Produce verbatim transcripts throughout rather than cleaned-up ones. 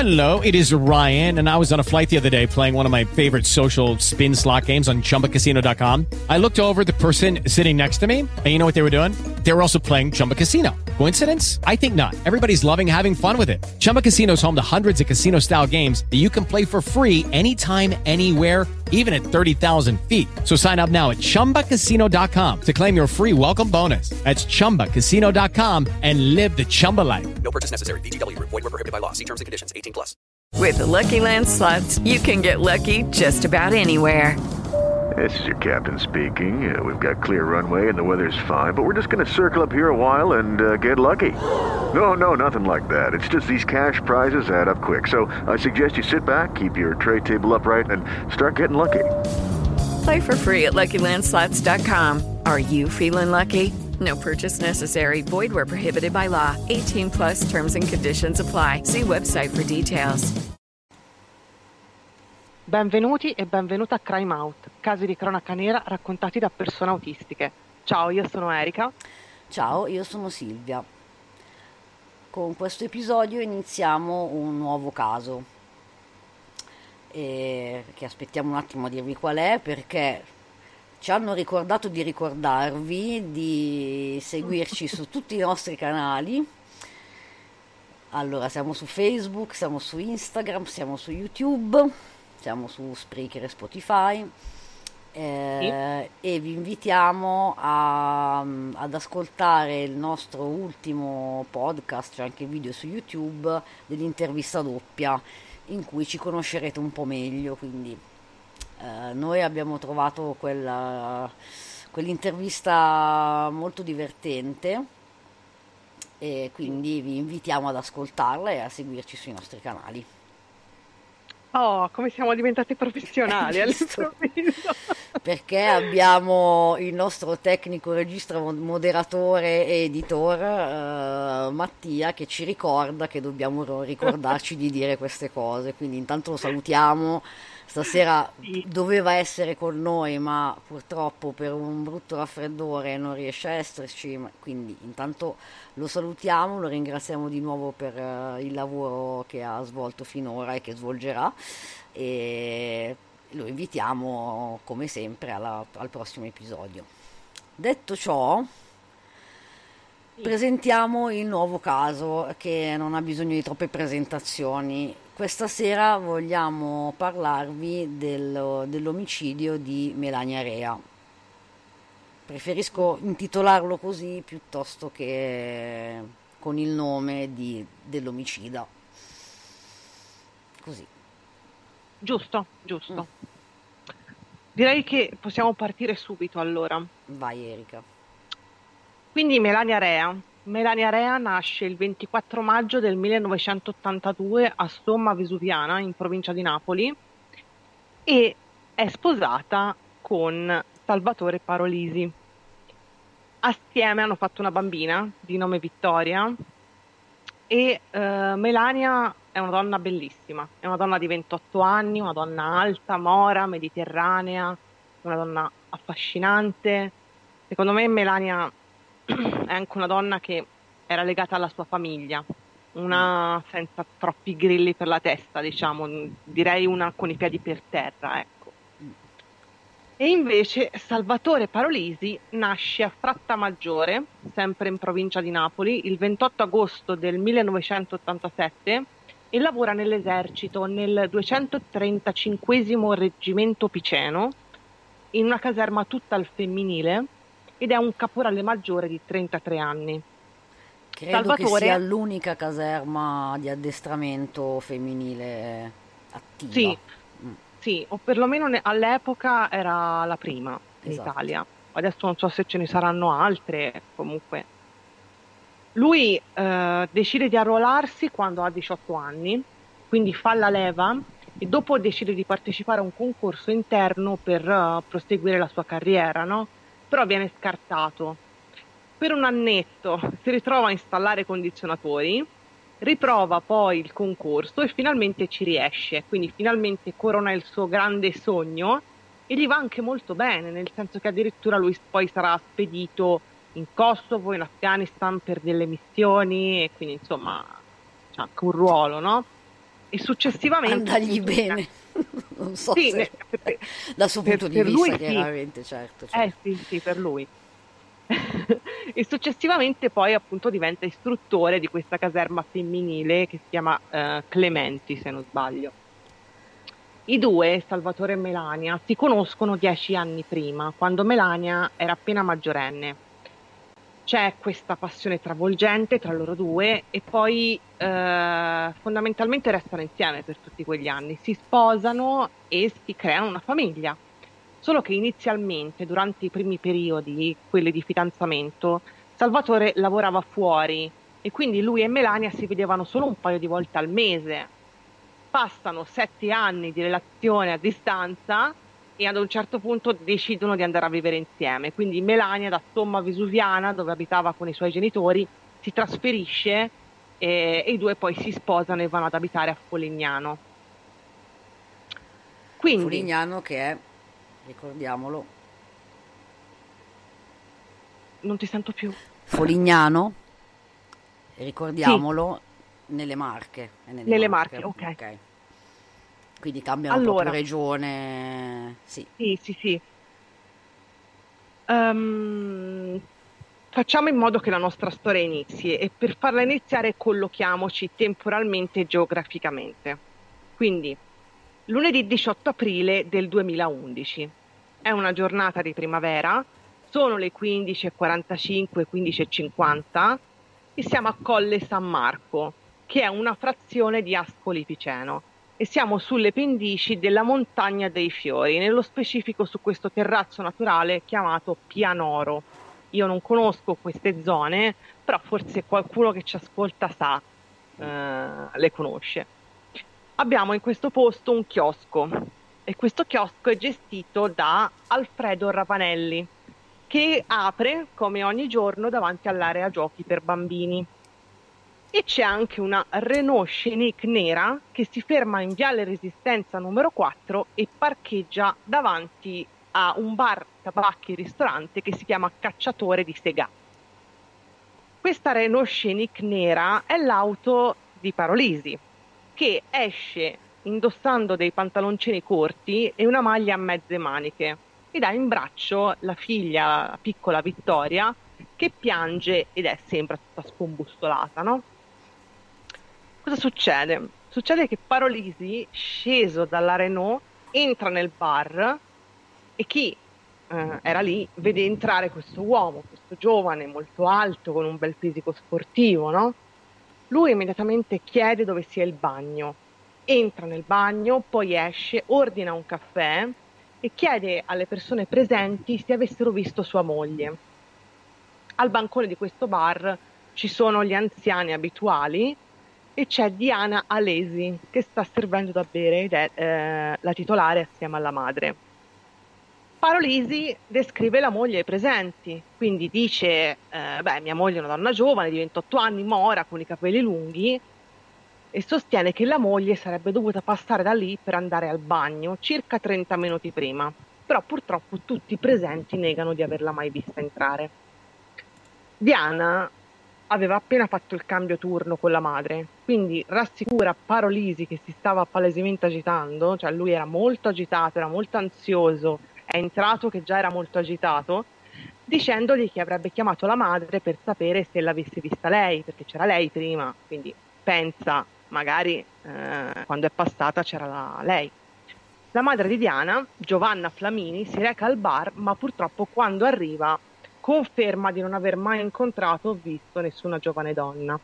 Hello, it is Ryan, and I was on a flight the other day playing one of my favorite social spin slot games on chumba casino dot com. I looked over at the person sitting next to me, and you know what they were doing? They were also playing Chumba Casino. Coincidence? I think not. Everybody's loving having fun with it. Chumba Casino is home to hundreds of casino-style games that you can play for free anytime, anywhere, even at thirty thousand feet. So sign up now at chumba casino dot com to claim your free welcome bonus. That's chumba casino dot com and live the Chumba life. No purchase necessary. V G W. Void where prohibited by law. See terms and conditions. eighteen plus. With the Lucky Land Slots, you can get lucky just about anywhere. This is your captain speaking. Uh, we've got clear runway and the weather's fine, but we're just going to circle up here a while and uh, get lucky. No, no, nothing like that. It's just these cash prizes add up quick. So I suggest you sit back, keep your tray table upright, and start getting lucky. Play for free at lucky land slots dot com. Are you feeling lucky? No purchase necessary. Void where prohibited by law. eighteen plus terms and conditions apply. See website for details. Benvenuti e benvenuta a Crime Out, casi di cronaca nera raccontati da persone autistiche. Ciao, io sono Erika. Ciao, io sono Silvia. Con questo episodio iniziamo un nuovo caso, e che aspettiamo un attimo a dirvi qual è, perché ci hanno ricordato di ricordarvi di seguirci su tutti i nostri canali. Allora, siamo su Facebook, siamo su Instagram, siamo su YouTube, siamo su Spreaker e Spotify, eh, sì. E vi invitiamo a, ad ascoltare il nostro ultimo podcast, cioè anche il video su YouTube, dell'intervista doppia, in cui ci conoscerete un po' meglio. Quindi eh, noi abbiamo trovato quella, quell'intervista molto divertente, e quindi vi invitiamo ad ascoltarla e a seguirci sui nostri canali. Oh, come siamo diventati professionali all'improvviso. Perché abbiamo il nostro tecnico, regista, moderatore e editor eh, Mattia, che ci ricorda che dobbiamo ricordarci di dire queste cose. Quindi intanto lo salutiamo. Stasera doveva essere con noi, ma purtroppo per un brutto raffreddore non riesce a esserci, quindi intanto lo salutiamo, lo ringraziamo di nuovo per uh, il lavoro che ha svolto finora e che svolgerà, e lo invitiamo come sempre alla, al prossimo episodio. Detto ciò, presentiamo il nuovo caso, che non ha bisogno di troppe presentazioni. Questa sera vogliamo parlarvi del, dell'omicidio di Melania Rea. Preferisco intitolarlo così piuttosto che con il nome di, dell'omicida. Così. Giusto, giusto. Mm. Direi che possiamo partire subito allora. Vai Erika. Quindi Melania Rea. Melania Rea nasce il ventiquattro maggio del millenovecentottantadue a Somma Vesuviana, in provincia di Napoli, e è sposata con Salvatore Parolisi. Assieme hanno fatto una bambina di nome Vittoria, e eh, Melania è una donna bellissima, è una donna di ventotto anni, una donna alta, mora, mediterranea, una donna affascinante. Secondo me Melania è anche una donna che era legata alla sua famiglia, una senza troppi grilli per la testa, diciamo, direi una con i piedi per terra, ecco. E invece Salvatore Parolisi nasce a Frattamaggiore, sempre in provincia di Napoli, il ventotto agosto del millenovecentottantasette, e lavora nell'esercito nel duecentotrentacinquesimo reggimento piceno, in una caserma tutta al femminile, ed è un caporale maggiore di trentatré anni. Credo Salvatore... che sia l'unica caserma di addestramento femminile attiva. Sì, mm. sì, o perlomeno ne... all'epoca era la prima in esatto. Italia. Adesso non so se ce ne saranno altre, comunque. Lui eh, decide di arruolarsi quando ha diciotto anni, quindi fa la leva, e dopo decide di partecipare a un concorso interno per uh, proseguire la sua carriera, no? Però viene scartato. Per un annetto si ritrova a installare condizionatori, riprova poi il concorso e finalmente ci riesce, quindi finalmente corona il suo grande sogno, e gli va anche molto bene, nel senso che addirittura lui poi sarà spedito in Kosovo, in Afghanistan per delle missioni, e quindi insomma c'è anche un ruolo, no? e successivamente andagli bene, non so sì, se ne- per- dal suo per- punto di per lui vista, sì. chiaramente, certo, Eh certo. sì, sì, per lui. E successivamente poi appunto diventa istruttore di questa caserma femminile che si chiama eh, Clementi, se non sbaglio. I due, Salvatore e Melania, si conoscono dieci anni prima, quando Melania era appena maggiorenne. C'è questa passione travolgente tra loro due e poi eh, fondamentalmente restano insieme per tutti quegli anni, si sposano e si creano una famiglia. Solo che inizialmente, durante i primi periodi, quelli di fidanzamento, Salvatore lavorava fuori e quindi lui e Melania si vedevano solo un paio di volte al mese. Passano sette anni di relazione a distanza e ad un certo punto decidono di andare a vivere insieme. Quindi Melania da Somma Vesuviana, dove abitava con i suoi genitori, si trasferisce e, e i due poi si sposano e vanno ad abitare a Polignano. Quindi, Polignano che è, ricordiamolo, non ti sento più. Folignano, ricordiamolo, nelle Marche. È nelle, Nelle Marche, ok. Quindi cambiano Allora. proprio regione. Sì. Sì, sì, sì. Ehm, facciamo in modo che la nostra storia inizi e per farla iniziare collochiamoci temporalmente e geograficamente. Quindi, lunedì diciotto aprile del duemilaundici. È una giornata di primavera, sono le quindici e quarantacinque, quindici e cinquanta e siamo a Colle San Marco, che è una frazione di Ascoli Piceno. E siamo sulle pendici della Montagna dei Fiori, nello specifico su questo terrazzo naturale chiamato Pianoro. Io non conosco queste zone, però forse qualcuno che ci ascolta sa, eh, le conosce. Abbiamo in questo posto un chiosco e questo chiosco è gestito da Alfredo Ravanelli, che apre come ogni giorno davanti all'area giochi per bambini. E c'è anche una Renault Scenic nera che si ferma in Viale Resistenza numero quattro e parcheggia davanti a un bar, tabacchi e ristorante che si chiama Cacciatore di Segà. Questa Renault Scenic nera è l'auto di Parolisi, che esce indossando dei pantaloncini corti e una maglia a mezze maniche ed ha in braccio la figlia, la piccola Vittoria, che piange ed è sempre tutta scombussolata, no? Cosa succede? Succede che Parolisi, sceso dalla Renault, entra nel bar e chi eh, era lì vede entrare questo uomo, questo giovane molto alto con un bel fisico sportivo, no? Lui immediatamente chiede dove sia il bagno, entra nel bagno, poi esce, ordina un caffè e chiede alle persone presenti se avessero visto sua moglie. Al bancone di questo bar ci sono gli anziani abituali e c'è Diana Alesi che sta servendo da bere ed è eh, la titolare assieme alla madre. Parolisi descrive la moglie ai presenti, quindi dice eh, beh, mia moglie è una donna giovane di ventotto anni, mora, con i capelli lunghi, e sostiene che la moglie sarebbe dovuta passare da lì per andare al bagno circa trenta minuti prima, però purtroppo tutti i presenti negano di averla mai vista entrare. Diana aveva appena fatto il cambio turno con la madre, quindi rassicura Parolisi, che si stava palesemente agitando, cioè lui era molto agitato, era molto ansioso, è entrato che già era molto agitato, dicendogli che avrebbe chiamato la madre per sapere se l'avesse vista lei, perché c'era lei prima, quindi pensa magari eh, quando è passata c'era la, lei. La madre di Diana, Giovanna Flamini, si reca al bar, ma purtroppo quando arriva conferma di non aver mai incontrato o visto nessuna giovane donna.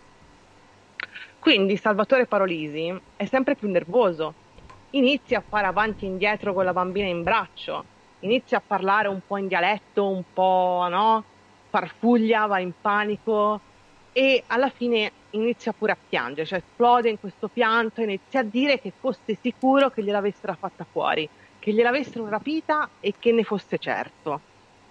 Quindi Salvatore Parolisi è sempre più nervoso, inizia a fare avanti e indietro con la bambina in braccio, inizia a parlare un po' in dialetto, un po', no? Farfuglia, va in panico e alla fine inizia pure a piangere, cioè esplode in questo pianto, inizia a dire che fosse sicuro che gliel'avessero fatta fuori, che gliel'avessero rapita e che ne fosse certo.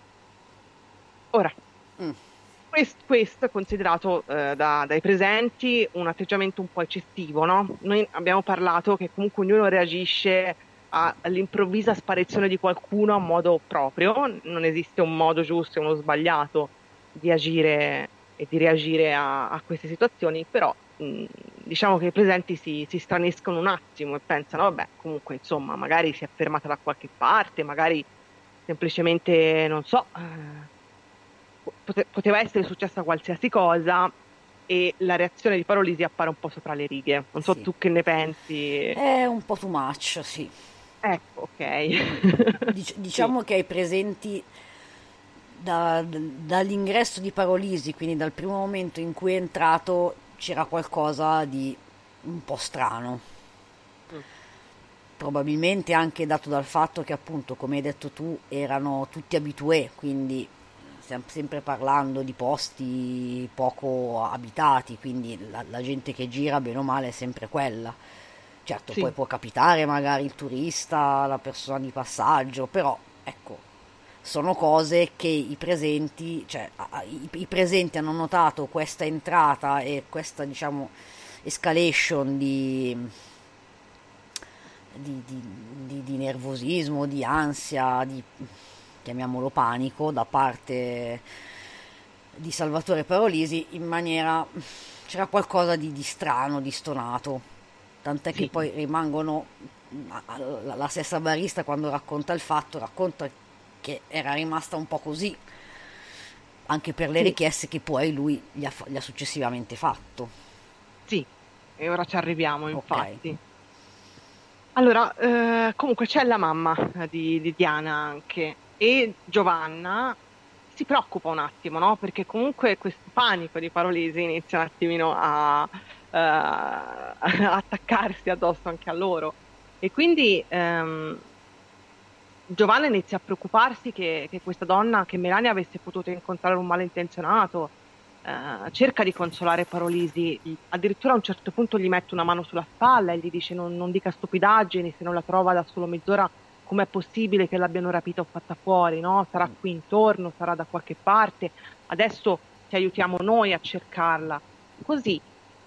Ora, mm. questo, questo è considerato eh, da, dai presenti un atteggiamento un po' eccessivo, no? Noi abbiamo parlato che comunque ognuno reagisce a, all'improvvisa sparizione di qualcuno a modo proprio, non esiste un modo giusto e uno sbagliato di agire e di reagire a, a queste situazioni, però mh, diciamo che i presenti si, si straniscono un attimo e pensano, vabbè, comunque insomma, magari si è fermata da qualche parte, magari semplicemente, non so, eh, pote- poteva essere successa qualsiasi cosa, e la reazione di Parolisi appare un po' sopra le righe. Non so Sì. tu che ne pensi. È un po' too much, sì. Ecco, ok. Dic- diciamo Sì. che ai presenti da- dall'ingresso di Parolisi, quindi dal primo momento in cui è entrato, c'era qualcosa di un po' strano. Mm. Probabilmente anche dato dal fatto che, appunto, come hai detto tu, erano tutti abitué, quindi stiamo sempre parlando di posti poco abitati, quindi la, la gente che gira bene o male è sempre quella. Certo, Sì. poi può capitare magari il turista, la persona di passaggio, però ecco, sono cose che i presenti, cioè a- a- i, i presenti hanno notato questa entrata e questa, diciamo, escalation di, di, di, di- di nervosismo, di ansia, di, chiamiamolo panico, da parte di Salvatore Parolisi, in maniera, c'era qualcosa di, di strano, di stonato, tant'è che Sì. poi rimangono, la, la stessa barista quando racconta il fatto, racconta che era rimasta un po' così, anche per le Sì. richieste che poi lui gli ha, gli ha successivamente fatto. Sì, e ora ci arriviamo, Ok. infatti. Allora, eh, comunque c'è la mamma eh, di, di Diana anche, e Giovanna si preoccupa un attimo, no? Perché comunque questo panico di Parolisi inizia un attimino a, eh, a attaccarsi addosso anche a loro. E quindi ehm, Giovanna inizia a preoccuparsi che, che questa donna, che Melania avesse potuto incontrare un malintenzionato, eh, cerca di consolare Parolisi, addirittura a un certo punto gli mette una mano sulla spalla e gli dice non, non dica stupidaggini, se non la trova da solo mezz'ora com'è possibile che l'abbiano rapita o fatta fuori, no? Sarà qui intorno, sarà da qualche parte, adesso ti aiutiamo noi a cercarla. Così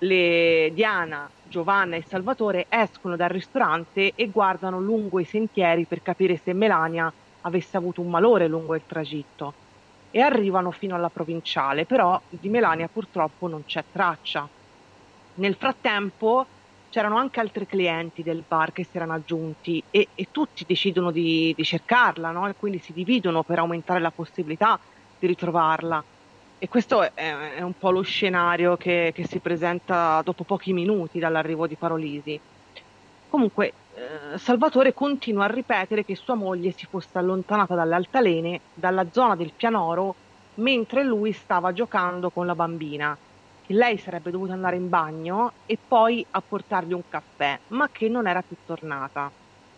le Diana, Giovanna e Salvatore escono dal ristorante e guardano lungo i sentieri per capire se Melania avesse avuto un malore lungo il tragitto, e arrivano fino alla provinciale, però di Melania purtroppo non c'è traccia. Nel frattempo c'erano anche altri clienti del bar che si erano aggiunti e, e tutti decidono di, di cercarla, no? E quindi si dividono per aumentare la possibilità di ritrovarla. E questo è, è un po' lo scenario che, che si presenta dopo pochi minuti dall'arrivo di Parolisi. Comunque, eh, Salvatore continua a ripetere che sua moglie si fosse allontanata dalle altalene, dalla zona del pianoro, mentre lui stava giocando con la bambina, che lei sarebbe dovuta andare in bagno e poi a portargli un caffè, ma che non era più tornata.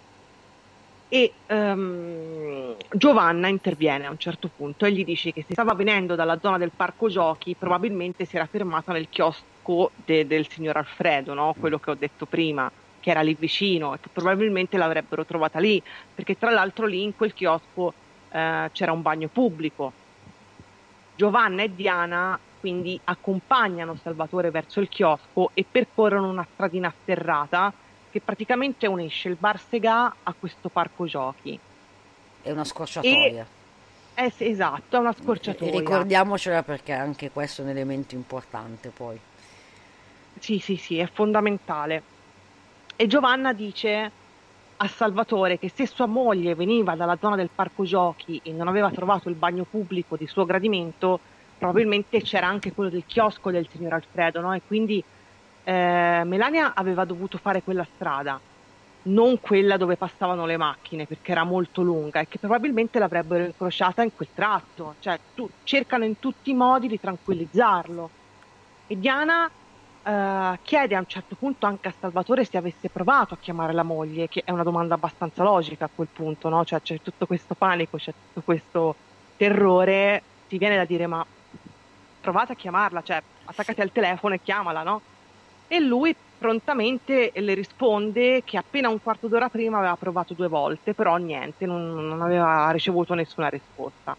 E ehm, Giovanna interviene a un certo punto e gli dice che se stava venendo dalla zona del parco giochi probabilmente si era fermata nel chiosco de- del signor Alfredo, no? Quello che ho detto prima, che era lì vicino, e che probabilmente l'avrebbero trovata lì, perché tra l'altro lì in quel chiosco eh, c'era un bagno pubblico. Giovanna e Diana quindi accompagnano Salvatore verso il chiosco e percorrono una stradina sterrata che praticamente unisce il bar Segà a questo parco giochi. È una scorciatoia. E, eh, sì, esatto, è una E scorciatoia. ricordiamocela perché anche questo è un elemento importante poi. Sì, sì, sì, è fondamentale. E Giovanna dice a Salvatore che se sua moglie veniva dalla zona del parco giochi e non aveva trovato il bagno pubblico di suo gradimento, probabilmente c'era anche quello del chiosco del signor Alfredo, no? E quindi eh, Melania aveva dovuto fare quella strada, non quella dove passavano le macchine, perché era molto lunga e che probabilmente l'avrebbero incrociata in quel tratto. Cioè, tu, cercano in tutti i modi di tranquillizzarlo. E Diana eh, chiede a un certo punto anche a Salvatore se avesse provato a chiamare la moglie, che è una domanda abbastanza logica a quel punto, no? Cioè, c'è tutto questo panico, c'è tutto questo terrore, ti viene da dire ma provate a chiamarla, cioè attaccati al telefono e chiamala, no? E lui prontamente le risponde che appena un quarto d'ora prima aveva provato due volte, però niente, non, non aveva ricevuto nessuna risposta.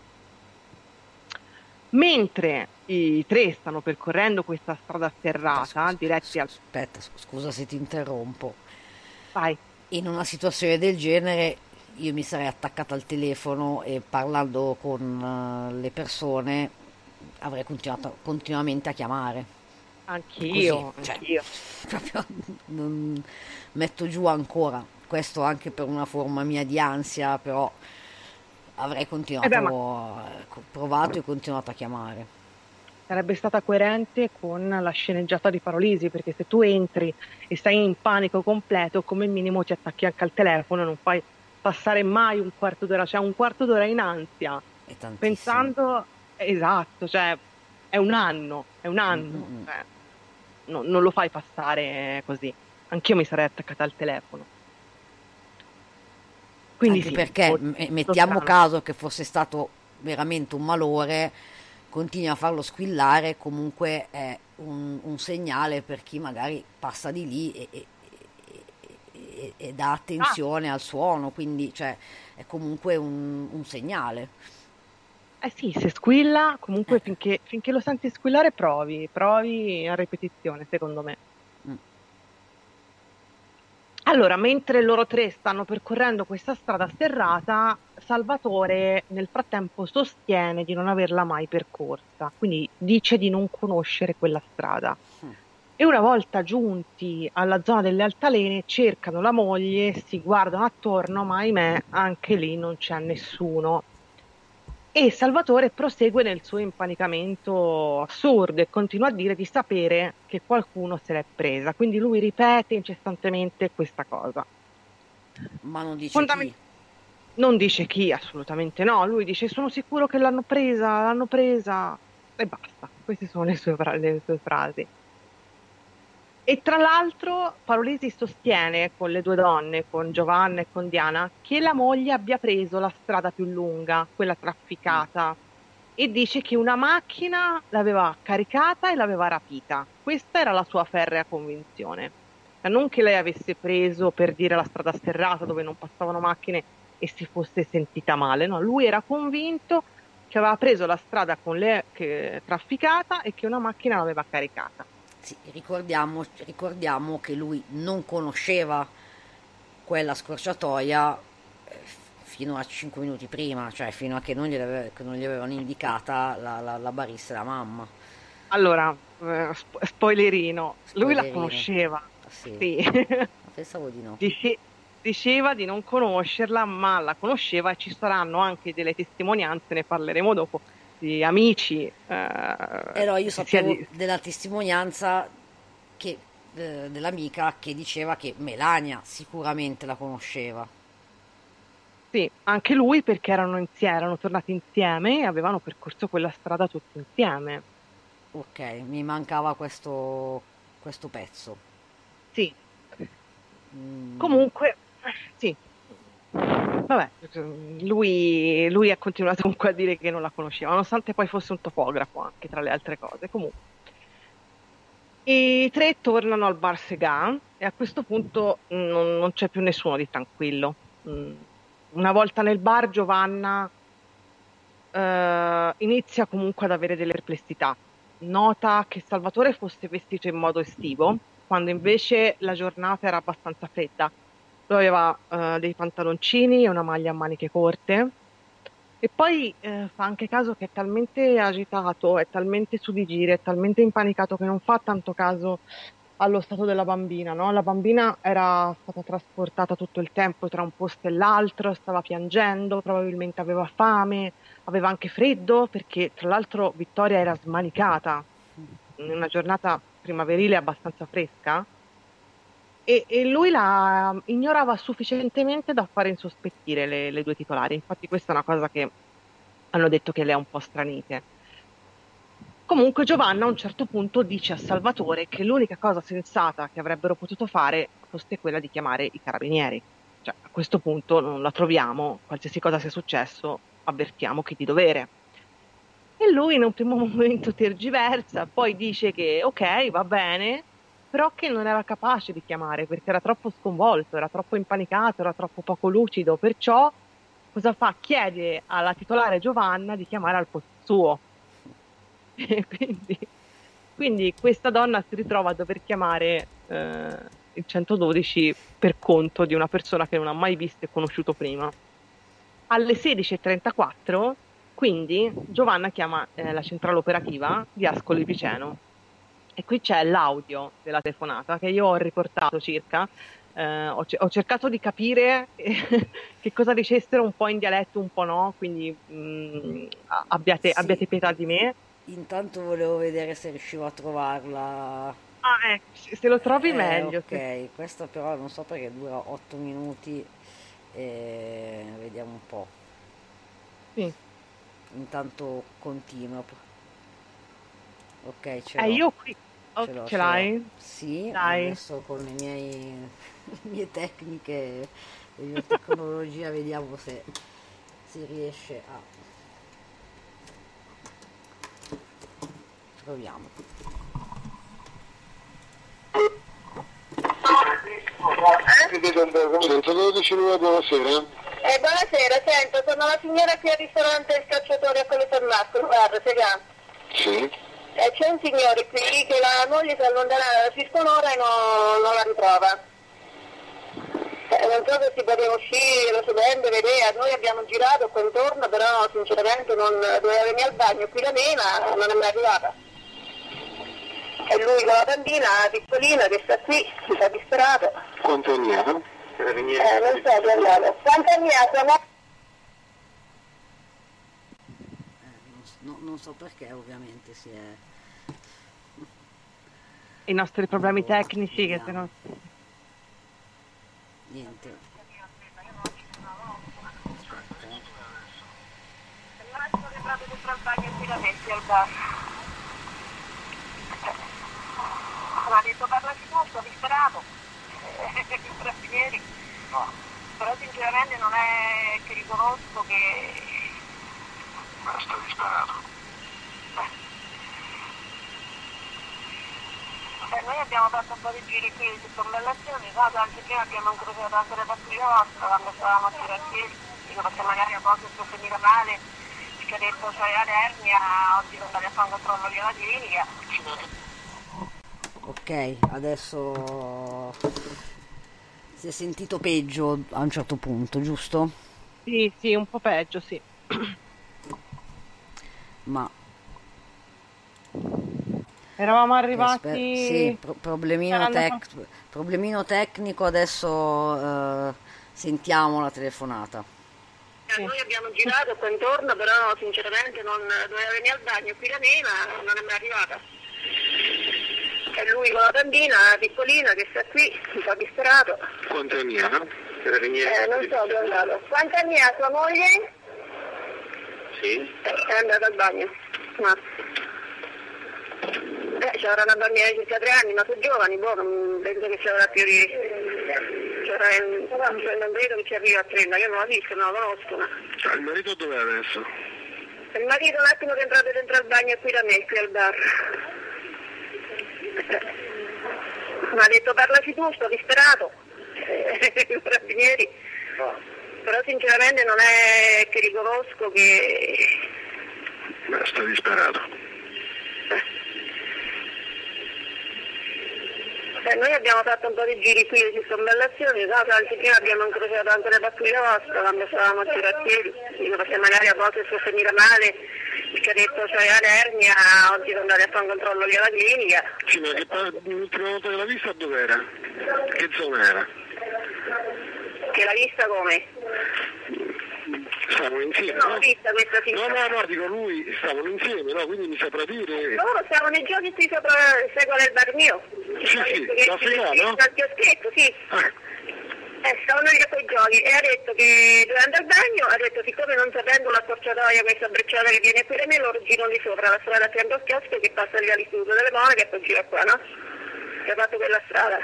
Mentre i tre stanno percorrendo questa strada sterrata, diretti al... Aspetta, scusa se ti interrompo. Vai. In una situazione del genere io mi sarei attaccata al telefono e parlando con uh, le persone avrei continuato continuamente a chiamare. Anch'io, Così, cioè, anch'io. proprio non metto giù ancora. Questo anche per una forma mia di ansia, però avrei continuato, Eh beh, ma- provato e continuato a chiamare. Sarebbe stata coerente con la sceneggiata di Parolisi, perché se tu entri e sei in panico completo, come minimo ti attacchi anche al telefono e non fai passare mai un quarto d'ora, cioè un quarto d'ora in ansia, È tantissimo. pensando, esatto, cioè è un anno, è un anno, Mm-mm. cioè, no- non lo fai passare così. Anch'io mi sarei attaccata al telefono. Quindi Anche sì, perché molto- m- molto mettiamo strano. caso che fosse stato veramente un malore, continui a farlo squillare, comunque è un, un segnale per chi magari passa di lì e, e- e- e- e dà attenzione al suono, quindi cioè, è comunque un, un segnale. Eh sì, se squilla, comunque Eh. finché, finché lo senti squillare provi, provi a ripetizione, secondo me. Mm. Allora, mentre loro tre stanno percorrendo questa strada sterrata, Salvatore nel frattempo sostiene di non averla mai percorsa, quindi dice di non conoscere quella strada. E una volta giunti alla zona delle altalene, cercano la moglie, si guardano attorno, ma ahimè anche lì non c'è nessuno. E Salvatore prosegue nel suo impanicamento assurdo e continua a dire di sapere che qualcuno se l'è presa. Quindi lui ripete incessantemente questa cosa. Ma non dice Fondament- chi. Non dice chi, assolutamente no. Lui dice: sono sicuro che l'hanno presa, l'hanno presa. E basta. Queste sono le sue, fra- le sue frasi. E tra l'altro Parolisi sostiene con le due donne, con Giovanna e con Diana, che la moglie abbia preso la strada più lunga, quella trafficata, e dice che una macchina l'aveva caricata e l'aveva rapita. Questa era la sua ferrea convinzione. Cioè, non che lei avesse preso, per dire, la strada sterrata dove non passavano macchine e si fosse sentita male, no, lui era convinto che aveva preso la strada con le, che, trafficata e che una macchina l'aveva caricata. Sì, ricordiamo, ricordiamo che lui non conosceva quella scorciatoia eh, fino a cinque minuti prima, cioè fino a che non gli, ave- che non gli avevano indicata la, la, la barista e la mamma. Allora, eh, spo- spoilerino, lui la Spoilerino. conosceva, Ah, sì? sì. Pensavo di no. Dice- diceva di non conoscerla, ma la conosceva e ci saranno anche delle testimonianze, ne parleremo dopo, di amici. Eh, Eh no, io sia sapevo di- della testimonianza che, eh, dell'amica che diceva che Melania sicuramente la conosceva. Sì, anche lui perché erano insieme, erano tornati insieme e avevano percorso quella strada tutti insieme. Ok, mi mancava questo, questo pezzo. Sì, Mm, comunque, sì. Vabbè, lui, lui ha continuato comunque a dire che non la conosceva, nonostante poi fosse un topografo anche tra le altre cose. Comunque, i tre tornano al bar Segan e a questo punto non, non c'è più nessuno di tranquillo. Mm. Una volta nel bar, Giovanna eh, inizia comunque ad avere delle perplessità. Nota che Salvatore fosse vestito in modo estivo, quando invece la giornata era abbastanza fredda. Lui aveva eh, dei pantaloncini e una maglia a maniche corte. E poi eh, fa anche caso che è talmente agitato, è talmente su di giri, è talmente impanicato che non fa tanto caso allo stato della bambina, no? La bambina era stata trasportata tutto il tempo tra un posto e l'altro, stava piangendo, probabilmente aveva fame, aveva anche freddo, perché tra l'altro Vittoria era smanicata in una giornata primaverile abbastanza fresca. E, e lui la ignorava sufficientemente da fare insospettire le, le due titolari. Infatti questa è una cosa che hanno detto che le ha un po' stranite. Comunque Giovanna a un certo punto dice a Salvatore che l'unica cosa sensata che avrebbero potuto fare fosse quella di chiamare i carabinieri. Cioè, a questo punto non la troviamo, qualsiasi cosa sia successo, avvertiamo chi di dovere. E lui in un primo momento tergiversa, poi dice che ok, va bene, però che non era capace di chiamare perché era troppo sconvolto, era troppo impanicato, era troppo poco lucido, perciò cosa fa? Chiede alla titolare Giovanna di chiamare al posto suo. E quindi, quindi questa donna si ritrova a dover chiamare eh, il centododici per conto di una persona che non ha mai visto e conosciuto prima. Alle sedici e trentaquattro, quindi, Giovanna chiama eh, la centrale operativa di Ascoli Piceno. E qui c'è l'audio della telefonata che io ho riportato circa. Eh, ho, ho cercato di capire che cosa dicessero, un po' in dialetto, un po' no, quindi mh, abbiate, Sì. abbiate pietà di me. Intanto volevo vedere se riuscivo a trovarla. Ah, eh, se lo trovi Eh, meglio. ok, questa però non so perché dura otto minuti. E vediamo un po'. Sì. Intanto continua. Ok, ce Eh, l'ho. io qui. Oh, Ce l'ho, ce ce l'hai? l'ho. Sì, Dai. adesso con le, miei, le mie tecniche, la mia tecnologia, vediamo se si riesce a... Proviamo. Buonasera. Eh, buonasera, sento, sono la signora qui al ristorante Il Cacciatore a quello San Marco, guarda, Segan. Sì. Eh, c'è un signore qui che la moglie si è allontanata da circa un'ora e non, non la ritrova. Eh, non so se si poteva uscire, lo sapendo, vedere, noi abbiamo girato qua intorno, però sinceramente non doveva venire al bagno qui da me, ma non è mai arrivata. E lui con la bambina piccolina che sta qui, si sta disperato. Quanto anni ha? Eh, non so, guardate. Quanto anni ha sua moglie? No, non so perché ovviamente si è... I nostri problemi Allora, tecnici che se vediamo. no... Niente. Sono entrato dentro al bagno qui da me, qui al bar. Mi ha detto parlaci tu, sto disperato. I carabinieri. No. Però sinceramente non è che riconosco che... Ma sta disperato. Eh, noi abbiamo fatto un po' di giri qui di circonvallazioni, no? Anche che abbiamo incrociato anche le pattuglie nostre quando stavamo a tirare a piedi, dico perché magari a poco sto finire male, perché ha detto c'hai la ernia, oggi non andavi a fare un controllo lì alla clinica. Ok, adesso si è sentito peggio a un certo punto, giusto? Sì, sì, un po' peggio, sì. Ma Eravamo Aspe- arrivati... sì, pro- problemino, Saranno tec- problemino tecnico, adesso eh, sentiamo la telefonata. Eh, Noi abbiamo girato qua intorno, però sinceramente non doveva venire al bagno qui da me, ma non è mai arrivata. E lui con la bambina piccolina che sta qui, si sta disperato. Quanto anni ha? Eh, non so dove è andato. Quanti anni ha sua moglie? Sì. Eh, è andata al bagno. Ma... Eh, c'era una bambina di circa tre anni, ma sono giovani, boh, non penso che ci avrà più di... C'era un, un marito che ci arriva a trenta, io non l'ho visto, non la conosco, ma... Il marito dov'è adesso? Il marito un attimo che è entrato dentro al bagno qui da me, qui al bar. Mi ha detto parlaci tu, sto disperato. I carabinieri. Però sinceramente non è che riconosco che... Ma sta disperato. Eh, noi abbiamo fatto un po' di giri qui di circonvallazioni, no? Anche prima abbiamo incrociato anche le pattuglie vostre quando stavamo a tirare a piedi, dico perché magari a volte se finire male, perché ha detto c'hai l'ernia, oggi sono andati a fare un controllo lì alla clinica. Sì, ma che pa- l'ultima volta che l'ha vista dov'era? Che zona era? Che l'ha vista come? Stavano insieme, Non no? l'ho vista questa No, signora. no, no, dico lui, stavano insieme, no? Quindi mi saprà dire... Loro stavano nei giochi qui sopra, sai qual è il bar mio? Sì, Ha sì, detto che- l'africano? Dal chioschetto, sì. Ah, Eh, stavano lì a quei giochi e ha detto che doveva andare al bagno, ha detto siccome non sapendo la scorciatoia, questa brecciata che viene qui da me, loro girano lì sopra, la strada a fianco al chiosco che passa lì all'istituto delle monache e poi gira qua, no? Che ha fatto quella strada.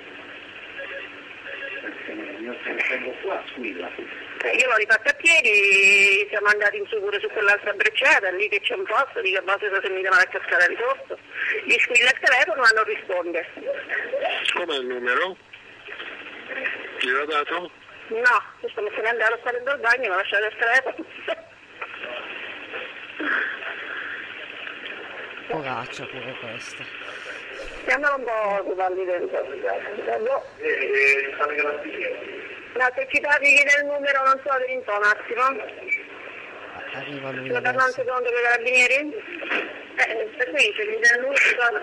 Eh, io l'ho rifatta a piedi, siamo andati in su pure su quell'altra brecciata, lì che c'è un posto, lì che a volte sono sentita male a cascare a risorso. Gli squilla il telefono ma non risponde. com'è il numero? Gliel'ha dato? No, questo mi se ne è andato a stare dal bagno e mi ha lasciato il telefono. Poraccia pure questa. Stiamo un po' occupati dentro. No, se ci parli del numero non so, dentro un attimo. Arriva lui Lo parlo un adesso. secondo con i carabinieri? Eh, sta qui, c'è mi danno un fare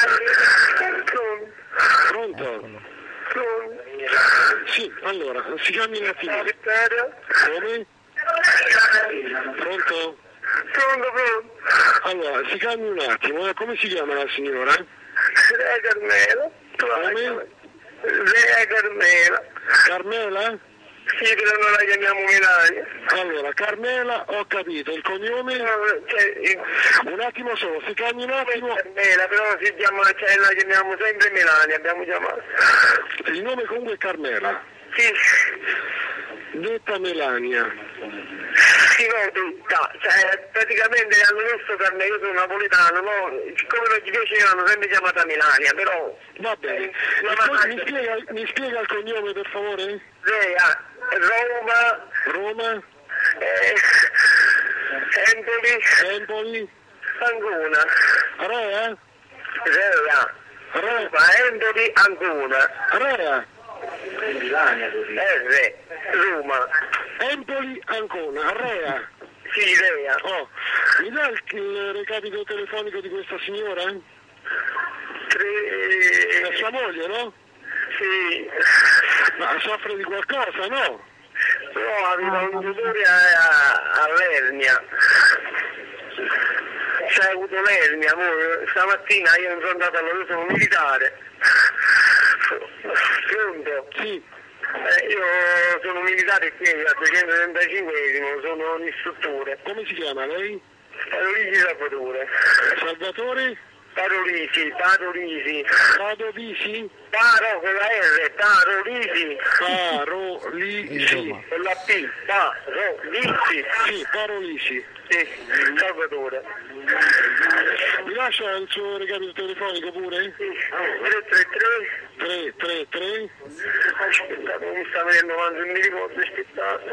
Pronto? Pronto? Sì, allora, si chiami un attimo. Come? Pronto? Pronto, pronto. Allora, si calmi un attimo, eh. Come si chiama la signora? Lei Carmela. Come? Lei Carmela. Carmela? Sì, però non la chiamiamo Melania. Allora, Carmela, ho capito, il cognome? Cioè, un attimo solo, si calmi un attimo. Carmela, però si chiama, cioè, la chiamiamo sempre Melania, abbiamo chiamato. Il nome comunque è Carmela. Sì. Detta Melania. Sì, no, detta, cioè praticamente hanno messo Carmela, io sono napoletano, no? Siccome non gli piaceva hanno sempre chiamata Melania, però... Va bene. Eh, poi, mi, spiega, mi spiega il cognome per favore? Lei ha Roma, Roma, eh, Empoli, Empoli, Ancona, Rea, Rea, Roma, Empoli, Ancona, Rea, R, Roma, Empoli, Ancona, Rea. sì, Rea. Oh, mi dà il, il recapito telefonico di questa signora? Tre... È sua moglie, no? Sì. Ma soffre di qualcosa, no? No, aveva un dolore a- all'ernia. C'è avuto l'ernia, mo, stamattina io non sono andato a lavoro, sono militare. Pronto? Sì. Eh, io sono militare qui al duecentotrentacinquesimo, sono un istruttore. Come si chiama lei? Parolisi Salvatore. Salvatore? Parolisi, Parolisi. Padovisi? Paro con la R, Parolisi. Parolisi. Con la P, Parolisi. Sì, Parolisi. Sì, Salvatore. Mi lascia il suo recapito telefonico pure? Sì, tre tre tre. tre tre tre. Aspettate, mi sta venendo avanti, non mi ricordo, aspettate.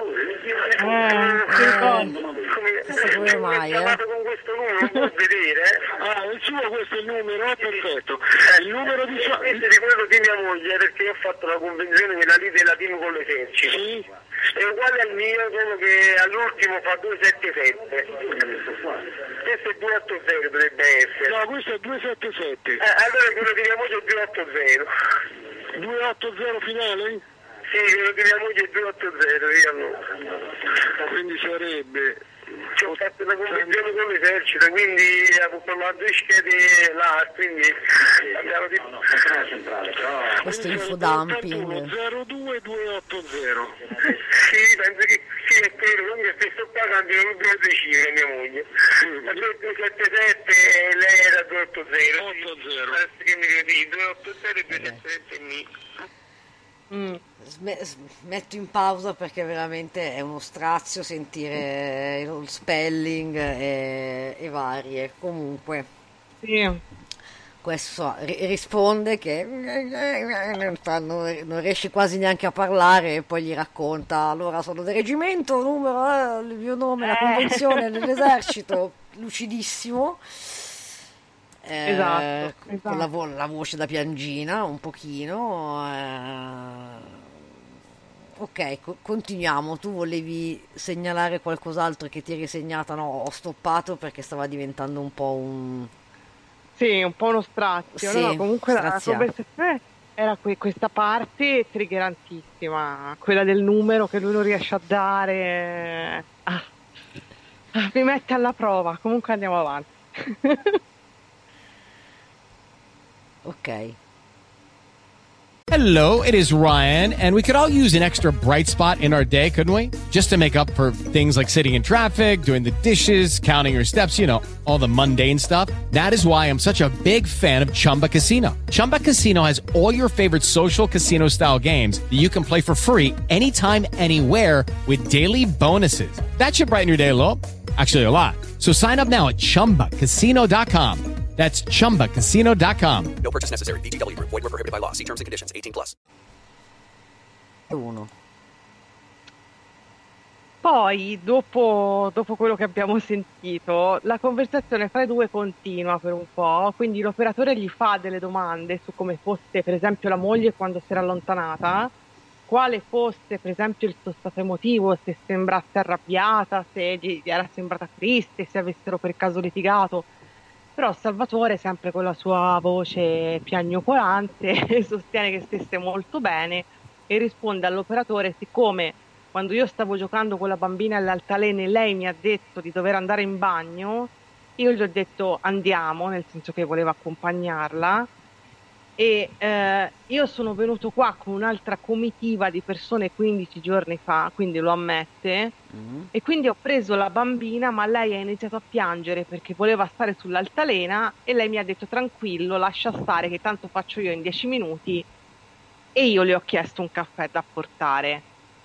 Eh, come mai, eh? chiamato con questo numero, non può vedere. Ah, il suo, questo è il numero, perfetto. Il numero di sua... Questo è di quello di mia moglie, perché io ho fatto la convenzione della lite latino con l'esercito. Sì? È uguale al mio, solo che all'ultimo fa due sette sette. Questo è due otto zero dovrebbe essere. No, questo è due sette sette. Eh, allora quello di mia moglie è due otto zero. due otto zero finale? Sì, quello di mia moglie è due otto zero, io no. Quindi sarebbe... Ci ho fatto una convenzione con l'esercito, quindi avevo parlato due schede là, quindi abbiamo detto... Questo infodumping. zero due due otto zero. Sì, penso che sì, è quello, comunque stesso qua cambiano due due cifre mia moglie. La due sette sette e lei era due otto zero. otto zero. Adesso che mi devo dire, due otto zero e due sette sette e mi... Mm. Sme- smetto in pausa perché veramente è uno strazio sentire il spelling e, e varie. Comunque, Sì. questo ri- risponde che non, non riesce quasi neanche a parlare e poi gli racconta: allora sono del reggimento, numero, eh, il mio nome, la convenzione dell'esercito, lucidissimo. Eh, Esatto, con esatto. La, vo- la voce da piangina un pochino. eh. Ok, co- continuiamo. Tu volevi segnalare qualcos'altro che ti eri segnata? No, ho stoppato perché stava diventando un po' un... Sì, un po' uno strazio. Sì, no? Comunque la straziato. conversazione era que- questa parte triggerantissima, quella del numero che lui non riesce a dare. Ah. Ah, mi mette alla prova. Comunque andiamo avanti. Ok. Hello, it is Ryan, and we could all use an extra bright spot in our day, couldn't we? Just to make up for things like sitting in traffic, doing the dishes, counting your steps, you know, all the mundane stuff. That is why I'm such a big fan of Chumba Casino. Chumba Casino has all your favorite social casino style games that you can play for free anytime, anywhere with daily bonuses. That should brighten your day a little. Actually, a lot. So sign up now at chumba casino dot com. That's chumba casino dot com. No purchase necessary. V G W Group. Void where prohibited by law. See terms and conditions. eighteen plus. Uno. Poi, dopo, dopo quello che abbiamo sentito, la conversazione fra i due continua per un po', quindi l'operatore gli fa delle domande su come fosse, per esempio, la moglie quando si era allontanata, quale fosse, per esempio, il suo stato emotivo, se sembrasse arrabbiata, se gli era sembrata triste, se avessero per caso litigato. Però Salvatore, sempre con la sua voce piagnucolante, sostiene che stesse molto bene e risponde all'operatore: siccome quando io stavo giocando con la bambina alle altalene lei mi ha detto di dover andare in bagno, io gli ho detto andiamo, nel senso che volevo accompagnarla, e eh, io sono venuto qua con un'altra comitiva di persone quindici giorni fa, quindi lo ammette, mm-hmm. e quindi ho preso la bambina, ma lei ha iniziato a piangere perché voleva stare sull'altalena e lei mi ha detto tranquillo, lascia stare che tanto faccio io in dieci minuti, e io le ho chiesto un caffè da portare.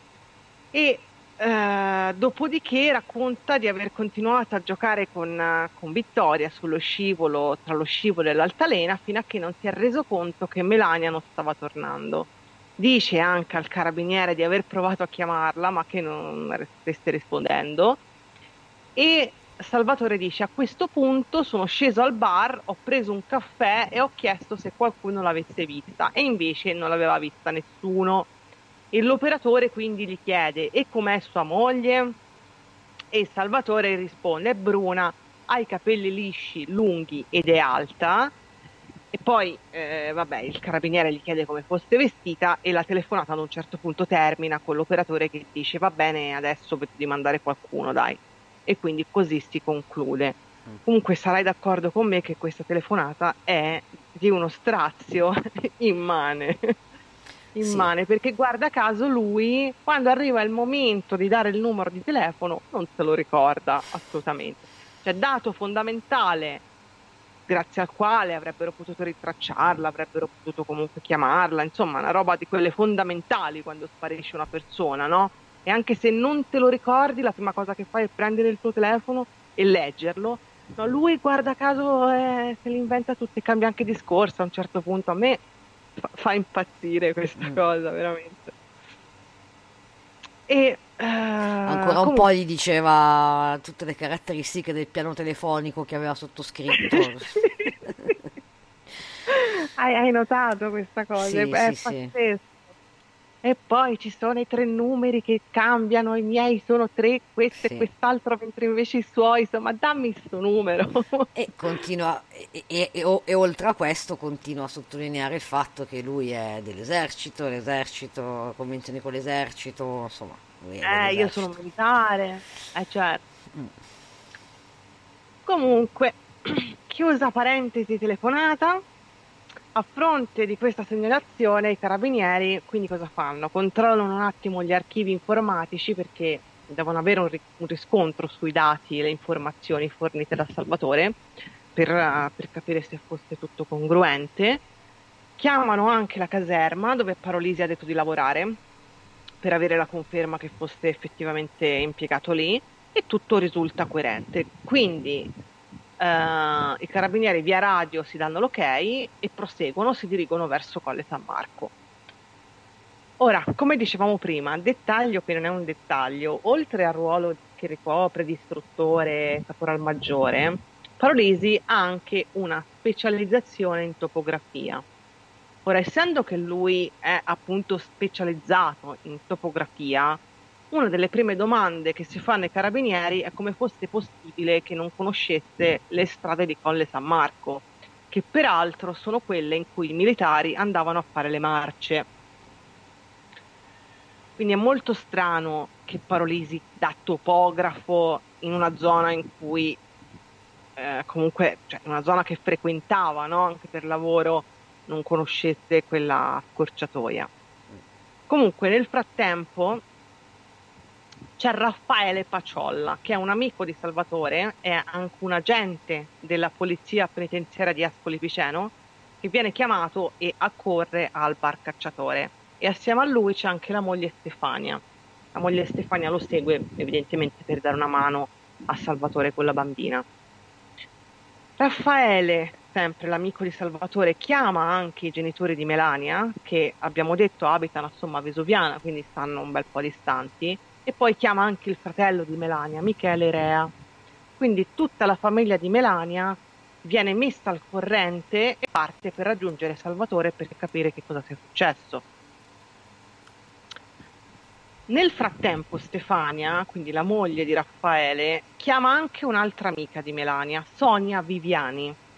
E eh, dopodiché racconta di aver continuato a giocare con, con Vittoria sullo scivolo, tra lo scivolo e l'altalena, fino a che non si è reso conto che Melania non stava tornando. Dice anche al carabiniere di aver provato a chiamarla, ma che non stesse rispondendo. E Salvatore dice: a questo punto sono sceso al bar, ho preso un caffè e ho chiesto se qualcuno l'avesse vista, e invece non l'aveva vista nessuno. E l'operatore quindi gli chiede: e com'è sua moglie? E Salvatore risponde: è bruna, ha i capelli lisci, lunghi ed è alta. E poi eh, vabbè, il carabiniere gli chiede come fosse vestita e la telefonata ad un certo punto termina con l'operatore che dice: va bene, adesso vedo di mandare qualcuno, dai. E quindi così si conclude. Comunque sarai d'accordo con me che questa telefonata è di uno strazio immane. immane, sì. Perché guarda caso lui, quando arriva il momento di dare il numero di telefono, non se lo ricorda assolutamente. Cioè, dato fondamentale grazie al quale avrebbero potuto ritracciarla, avrebbero potuto comunque chiamarla, insomma una roba di quelle fondamentali quando sparisce una persona, no? E anche se non te lo ricordi, la prima cosa che fai è prendere il tuo telefono e leggerlo. No, lui guarda caso eh, se li inventa tutti, cambia anche discorso a un certo punto. A me fa impazzire questa mm. cosa veramente. E uh, ancora un comunque... po' gli diceva tutte le caratteristiche del piano telefonico che aveva sottoscritto. hai, hai notato questa cosa? Sì, è sì, pazzesco. Sì. E poi ci sono i tre numeri che cambiano, i miei sono tre, questo sì. e quest'altro, mentre invece i suoi, insomma, dammi sto numero. E continua, e, e, e, e oltre a questo continua a sottolineare il fatto che lui è dell'esercito, l'esercito, convenzioni con l'esercito, insomma. Lui è eh, io sono militare, eh certo. Mm. Comunque, chiusa parentesi telefonata. A fronte di questa segnalazione i carabinieri quindi cosa fanno? Controllano un attimo gli archivi informatici perché devono avere un, ri- un riscontro sui dati e le informazioni fornite da Salvatore per, uh, per capire se fosse tutto congruente. Chiamano anche la caserma dove Parolisi ha detto di lavorare per avere la conferma che fosse effettivamente impiegato lì, e tutto risulta coerente. Quindi Uh, i carabinieri via radio si danno l'ok e proseguono, si dirigono verso Colle San Marco. Ora, come dicevamo prima, dettaglio che non è un dettaglio, oltre al ruolo che ricopre di istruttore caporal maggiore, Parolisi ha anche una specializzazione in topografia. Ora, essendo che lui è appunto specializzato in topografia, una delle prime domande che si fanno ai carabinieri è come fosse possibile che non conoscesse le strade di Colle San Marco, che peraltro sono quelle in cui i militari andavano a fare le marce. Quindi è molto strano che Parolisi, da topografo, in una zona in cui eh, comunque, cioè una zona che frequentava, no? Anche per lavoro, non conoscesse quella scorciatoia. Comunque nel frattempo c'è Raffaele Paciolla, che è un amico di Salvatore, è anche un agente della polizia penitenziaria di Ascoli Piceno, che viene chiamato e accorre al bar Cacciatore. E assieme a lui c'è anche la moglie Stefania. La moglie Stefania lo segue evidentemente per dare una mano a Salvatore con la bambina. Raffaele, sempre l'amico di Salvatore, chiama anche i genitori di Melania, che abbiamo detto abitano a Somma Vesuviana, quindi stanno un bel po' distanti, e poi chiama anche il fratello di Melania, Michele Rea. Quindi tutta la famiglia di Melania viene messa al corrente e parte per raggiungere Salvatore per capire che cosa sia successo. Nel frattempo Stefania, quindi la moglie di Raffaele, chiama anche un'altra amica di Melania, Sonia Viviani,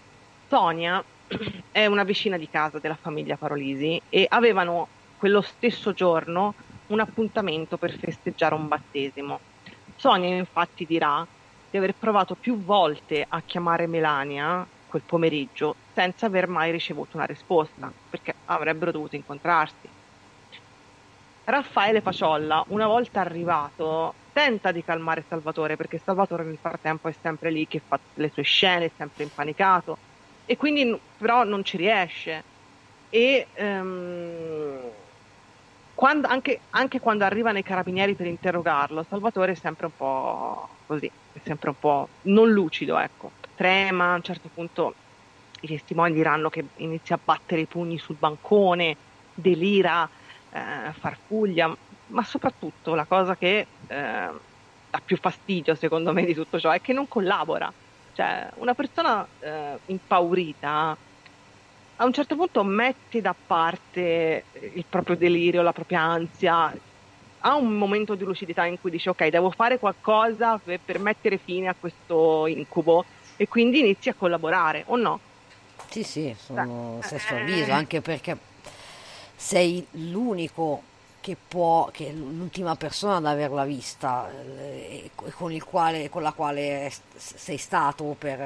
Sonia è una vicina di casa della famiglia Parolisi e avevano quello stesso giorno un appuntamento per festeggiare un battesimo. Sonia infatti dirà di aver provato più volte a chiamare Melania quel pomeriggio senza aver mai ricevuto una risposta, perché avrebbero dovuto incontrarsi. Raffaele Paciolla, una volta arrivato, tenta di calmare Salvatore, perché Salvatore nel frattempo è sempre lì che fa le sue scene, è sempre impanicato, e quindi però non ci riesce. E um, quando, anche, anche quando arrivano i carabinieri per interrogarlo, Salvatore è sempre un po' così, è sempre un po' non lucido, ecco. Trema, a un certo punto i testimoni diranno che inizia a battere i pugni sul bancone, delira, eh, farfuglia, ma soprattutto la cosa che eh, dà più fastidio secondo me di tutto ciò è che non collabora. Cioè, una persona eh, impaurita a un certo punto mette da parte il proprio delirio, la propria ansia, ha un momento di lucidità in cui dice ok, devo fare qualcosa per, per mettere fine a questo incubo, e quindi inizi a collaborare, o no? Sì, sì, sono stesso avviso, anche perché sei l'unico che può, che è l'ultima persona ad averla vista, eh, con il quale, con la quale sei stato per,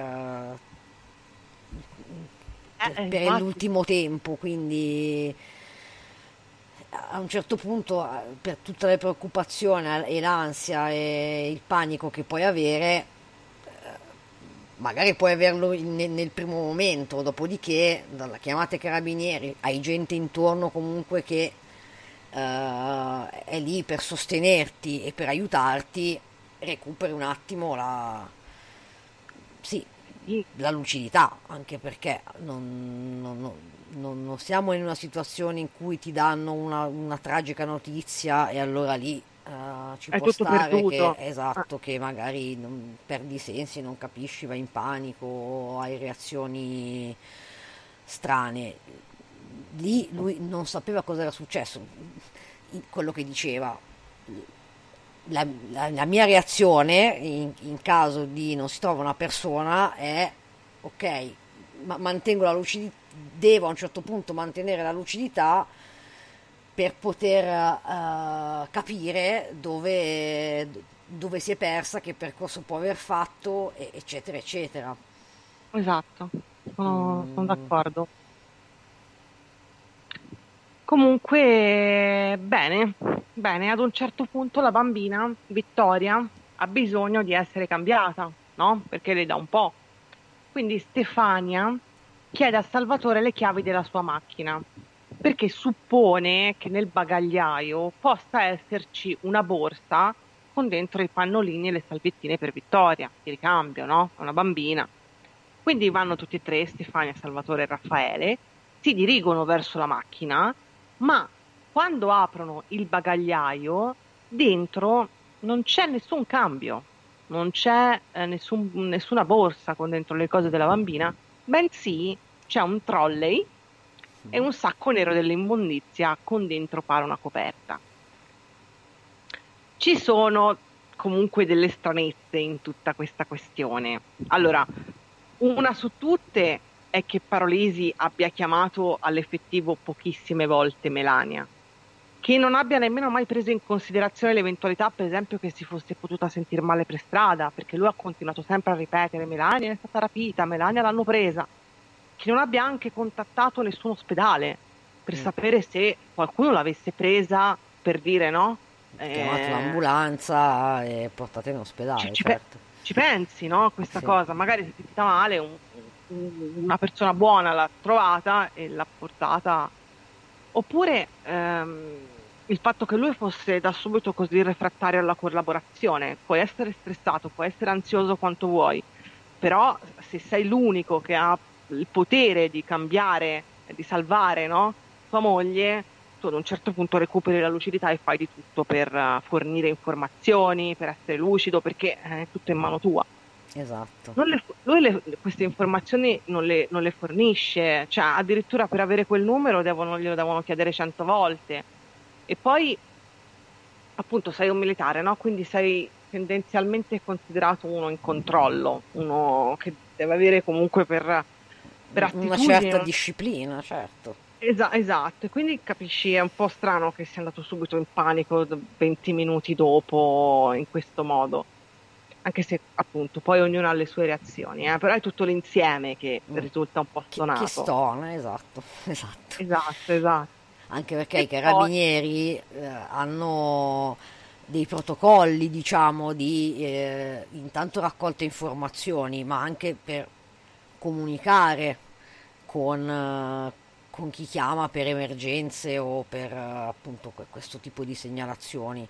per, Eh, per infatti. l'ultimo tempo, quindi a un certo punto, per tutte le preoccupazioni e l'ansia e il panico che puoi avere, magari puoi averlo nel, nel primo momento, dopodiché dalla chiamata ai carabinieri hai gente intorno comunque che uh, è lì per sostenerti e per aiutarti, recuperi un attimo la, sì, la lucidità, anche perché non, non, non, non siamo in una situazione in cui ti danno una, una tragica notizia e allora lì Uh, ci È può tutto stare perduto. che, esatto, che magari non, perdi i sensi, non capisci, vai in panico, hai reazioni strane. Lì lui non sapeva cosa era successo, quello che diceva. La, la, la mia reazione in, in caso di non si trova una persona è ok, ma mantengo la lucidità, devo a un certo punto mantenere la lucidità per poter uh, capire dove, dove si è persa, che percorso può aver fatto, eccetera, eccetera. Esatto, sono, Mm. sono d'accordo. Comunque, bene, bene, ad un certo punto la bambina, Vittoria, ha bisogno di essere cambiata, no? Perché le dà un po'. Quindi Stefania chiede a Salvatore le chiavi della sua macchina, perché suppone che nel bagagliaio possa esserci una borsa con dentro i pannolini e le salviettine per Vittoria, di ricambio, no? È una bambina. Quindi vanno tutti e tre, Stefania, Salvatore e Raffaele, si dirigono verso la macchina, ma quando aprono il bagagliaio, dentro non c'è nessun cambio, non c'è eh, nessun- nessuna borsa con dentro le cose della bambina, bensì c'è un trolley e un sacco nero dell'immondizia con dentro pare una coperta. Ci sono comunque delle stranezze in tutta questa questione. Allora, una su tutte è che Parolisi abbia chiamato all'effettivo pochissime volte Melania, che non abbia nemmeno mai preso in considerazione l'eventualità, per esempio, che si fosse potuta sentire male per strada, perché lui ha continuato sempre a ripetere Melania è stata rapita, Melania l'hanno presa, che non abbia anche contattato nessun ospedale per Mm. sapere se qualcuno l'avesse presa, per dire, no? Chiamate Eh, l'ambulanza e portate in ospedale, ci, ci pe- certo. ci pensi, no? a Questa Sì. cosa, magari si è sentita male, un- un- una persona buona l'ha trovata e l'ha portata. Oppure ehm, il fatto che lui fosse da subito così refrattario alla collaborazione. Puoi essere stressato, puoi essere ansioso quanto vuoi, però se sei l'unico che ha il potere di cambiare, di salvare, no? tua moglie, tu ad un certo punto recuperi la lucidità e fai di tutto per eh, fornire informazioni, per essere lucido, perché eh, è tutto in mano tua. Esatto. Non le- lui le- queste informazioni non le, non le fornisce, cioè addirittura per avere quel numero devono, glielo devono chiedere cento volte. E poi, appunto, sei un militare, no? Quindi sei tendenzialmente considerato uno in controllo, uno che deve avere comunque per per una attitudine. certa disciplina, certo. Esa- esatto, e quindi capisci, è un po' strano che sia andato subito in panico d- venti minuti dopo in questo modo, anche se appunto poi ognuno ha le sue reazioni, eh, però è tutto l'insieme che Mm. risulta un po' Che, che stonato. stona, esatto, esatto. Esatto, esatto. Anche perché E i carabinieri eh, hanno dei protocolli, diciamo, di eh, intanto raccolta informazioni, ma anche per comunicare con, eh, con chi chiama per emergenze o per eh, appunto que- questo tipo di segnalazioni.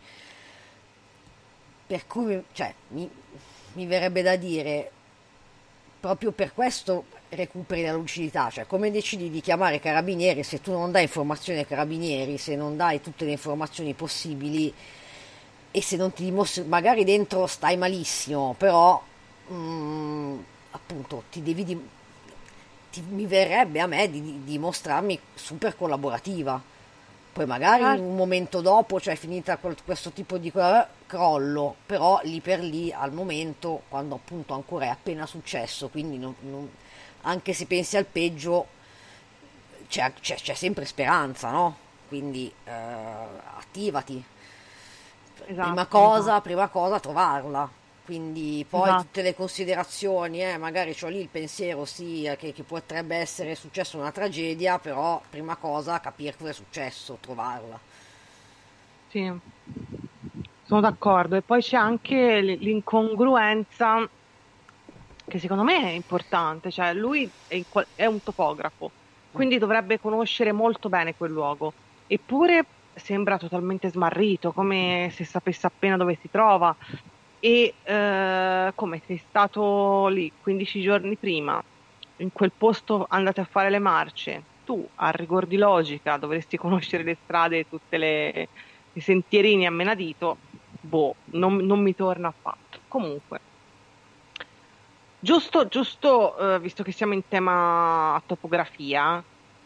Per cui, cioè, mi, mi verrebbe da dire, proprio per questo recuperi la lucidità, cioè come decidi di chiamare i carabinieri se tu non dai informazioni ai carabinieri, se non dai tutte le informazioni possibili e se non ti dimostri, magari dentro stai malissimo, però mm, appunto ti devi di, ti- mi verrebbe a me di, di dimostrarmi super collaborativa. Poi magari Ah. un momento dopo c'è finita quel- questo tipo di cro- crollo, però lì per lì al momento, quando appunto ancora è appena successo, quindi non- non- anche se pensi al peggio c'è, c'è- c'è sempre speranza, no? Quindi eh, attivati. Esatto, Prima cosa, esatto. prima cosa trovarla. Quindi poi Esatto. tutte le considerazioni, eh, magari c'ho lì il pensiero sì, eh, che, che potrebbe essere successa una tragedia, però prima cosa capire cosa è successo, trovarla. Sì, sono d'accordo. E poi c'è anche l- l'incongruenza che secondo me è importante, cioè lui è, in qual- è un topografo, quindi dovrebbe conoscere molto bene quel luogo, eppure sembra totalmente smarrito, come se sapesse appena dove si trova e eh, come sei stato lì quindici giorni prima, in quel posto andate a fare le marce, tu a rigor di logica dovresti conoscere le strade, tutte le, i sentierini a menadito, boh, non, non mi torna affatto. Comunque. Giusto, giusto, eh, visto che siamo in tema topografia,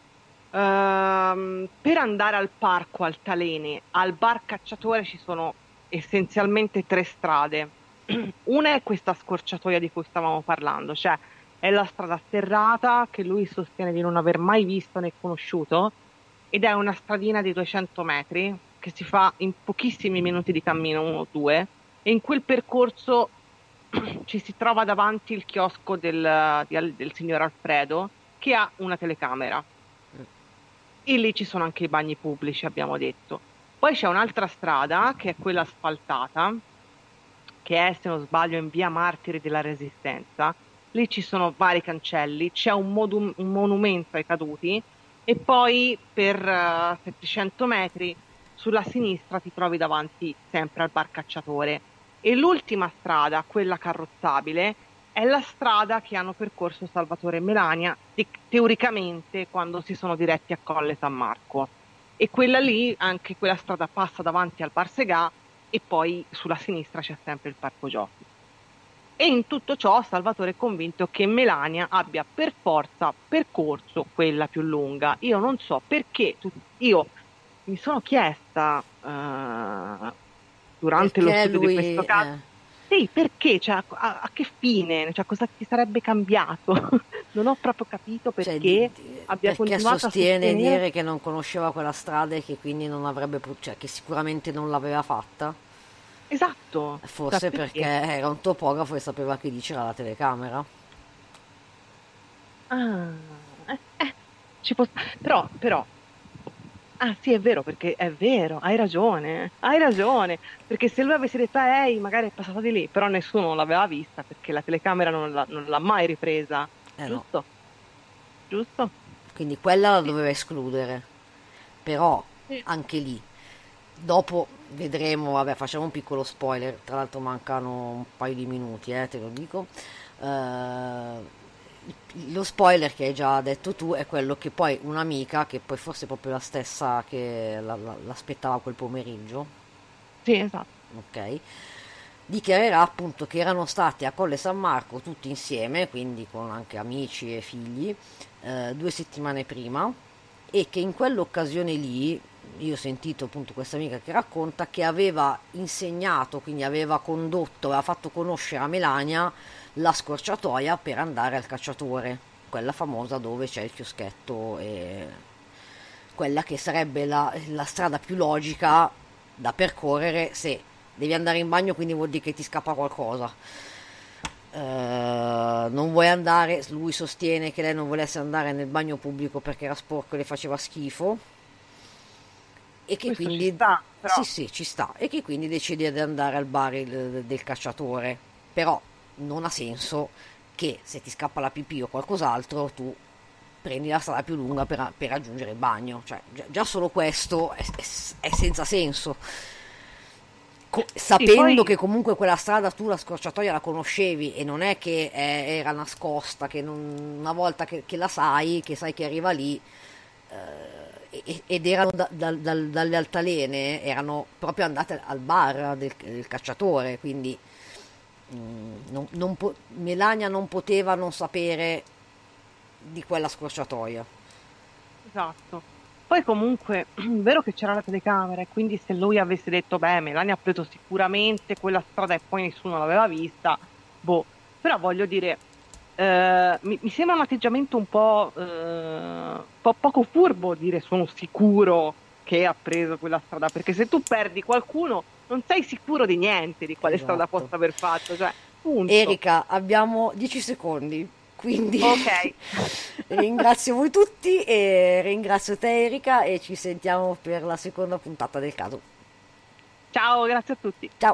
ehm, per andare al parco Altalene, al bar Cacciatore ci sono essenzialmente tre strade. Una è questa scorciatoia di cui stavamo parlando, cioè è la strada sterrata che lui sostiene di non aver mai visto né conosciuto ed è una stradina di duecento metri che si fa in pochissimi minuti di cammino, uno o due, e in quel percorso ci si trova davanti il chiosco del, di Al- del signor Alfredo che ha una telecamera e lì ci sono anche i bagni pubblici, abbiamo detto. Poi c'è un'altra strada che è quella asfaltata, che è, se non sbaglio, in via Martiri della Resistenza. Lì ci sono vari cancelli, c'è un, modu- un monumento ai caduti e poi per eh, settecento metri sulla sinistra ti trovi davanti sempre al bar Cacciatore. E l'ultima strada, quella carrozzabile, è la strada che hanno percorso Salvatore e Melania te- teoricamente quando si sono diretti a Colle San Marco. E quella lì, anche quella strada passa davanti al bar Segà e poi sulla sinistra c'è sempre il parco giochi. E in tutto ciò Salvatore è convinto che Melania abbia per forza percorso quella più lunga. Io non so perché, tu- io mi sono chiesta eh, durante lo Perché studio lui, di questo caso, eh, sì, perché, cioè, a, a che fine, cioè, cosa ti sarebbe cambiato? Non ho proprio capito perché cioè, di- di- abbia perché continuato sostiene a sostenere. dire che non conosceva quella strada e che quindi non avrebbe, pu- cioè che sicuramente non l'aveva fatta. Esatto. Forse Cioè, perché era un topografo e sapeva che lì c'era la telecamera. Ah, eh, eh, ci può- però, però, ah sì, è vero, perché è vero, hai ragione, hai ragione, perché se lui avesse detto, "Ah, ehi, magari è passato di lì", però nessuno l'aveva vista perché la telecamera non l'ha, non l'ha mai ripresa, Eh no. giusto? Giusto? Quindi quella la doveva escludere. Però Sì. anche lì, dopo vedremo, vabbè, facciamo un piccolo spoiler, tra l'altro mancano un paio di minuti, eh, te lo dico. Eh, lo spoiler che hai già detto tu è quello che poi un'amica, che poi forse è proprio la stessa che la- la- l'aspettava quel pomeriggio, Sì, esatto. ok, dichiarerà appunto che erano stati a Colle San Marco tutti insieme, quindi con anche amici e figli, eh, due settimane prima, e che in quell'occasione lì, io ho sentito appunto questa amica che racconta che aveva insegnato, quindi aveva condotto, aveva fatto conoscere a Melania la scorciatoia per andare al cacciatore. quella famosa dove c'è il chioschetto, e quella che sarebbe la, la strada più logica da percorrere se devi andare in bagno, quindi vuol dire che ti scappa qualcosa. Uh, non vuoi andare, lui sostiene che lei non volesse andare nel bagno pubblico perché era sporco e le faceva schifo, e che Questo quindi ci sta, però. sì sì ci sta, e che quindi decide di andare al bar il- del cacciatore. Però non ha senso che se ti scappa la pipì o qualcos'altro tu prendi la strada più lunga per, per raggiungere il bagno, cioè già, già solo questo è, è, è senza senso. Co- sapendo poi- che comunque quella strada tu la scorciatoia la conoscevi, e non è che eh, era nascosta, che non- una volta che, che la sai, che sai che arriva lì, eh, e- ed erano da- dal- dal- dalle altalene, erano proprio andate al bar del, del cacciatore, quindi mm, non- non po- Melania non poteva non sapere di quella scorciatoia. Esatto. Poi comunque, è vero che c'era la telecamera, e quindi se lui avesse detto, beh, Melania ha preso sicuramente quella strada e poi nessuno l'aveva vista, boh. Però voglio dire, eh, mi, mi sembra un atteggiamento un po', eh, po' poco furbo dire sono sicuro che ha preso quella strada, perché se tu perdi qualcuno non sei sicuro di niente, di quale Esatto. strada possa aver fatto, cioè, punto. Erika, abbiamo dieci secondi, quindi Ok. ringrazio voi tutti e ringrazio te Erika, e ci sentiamo per la seconda puntata del caso. Ciao, grazie a tutti. Ciao!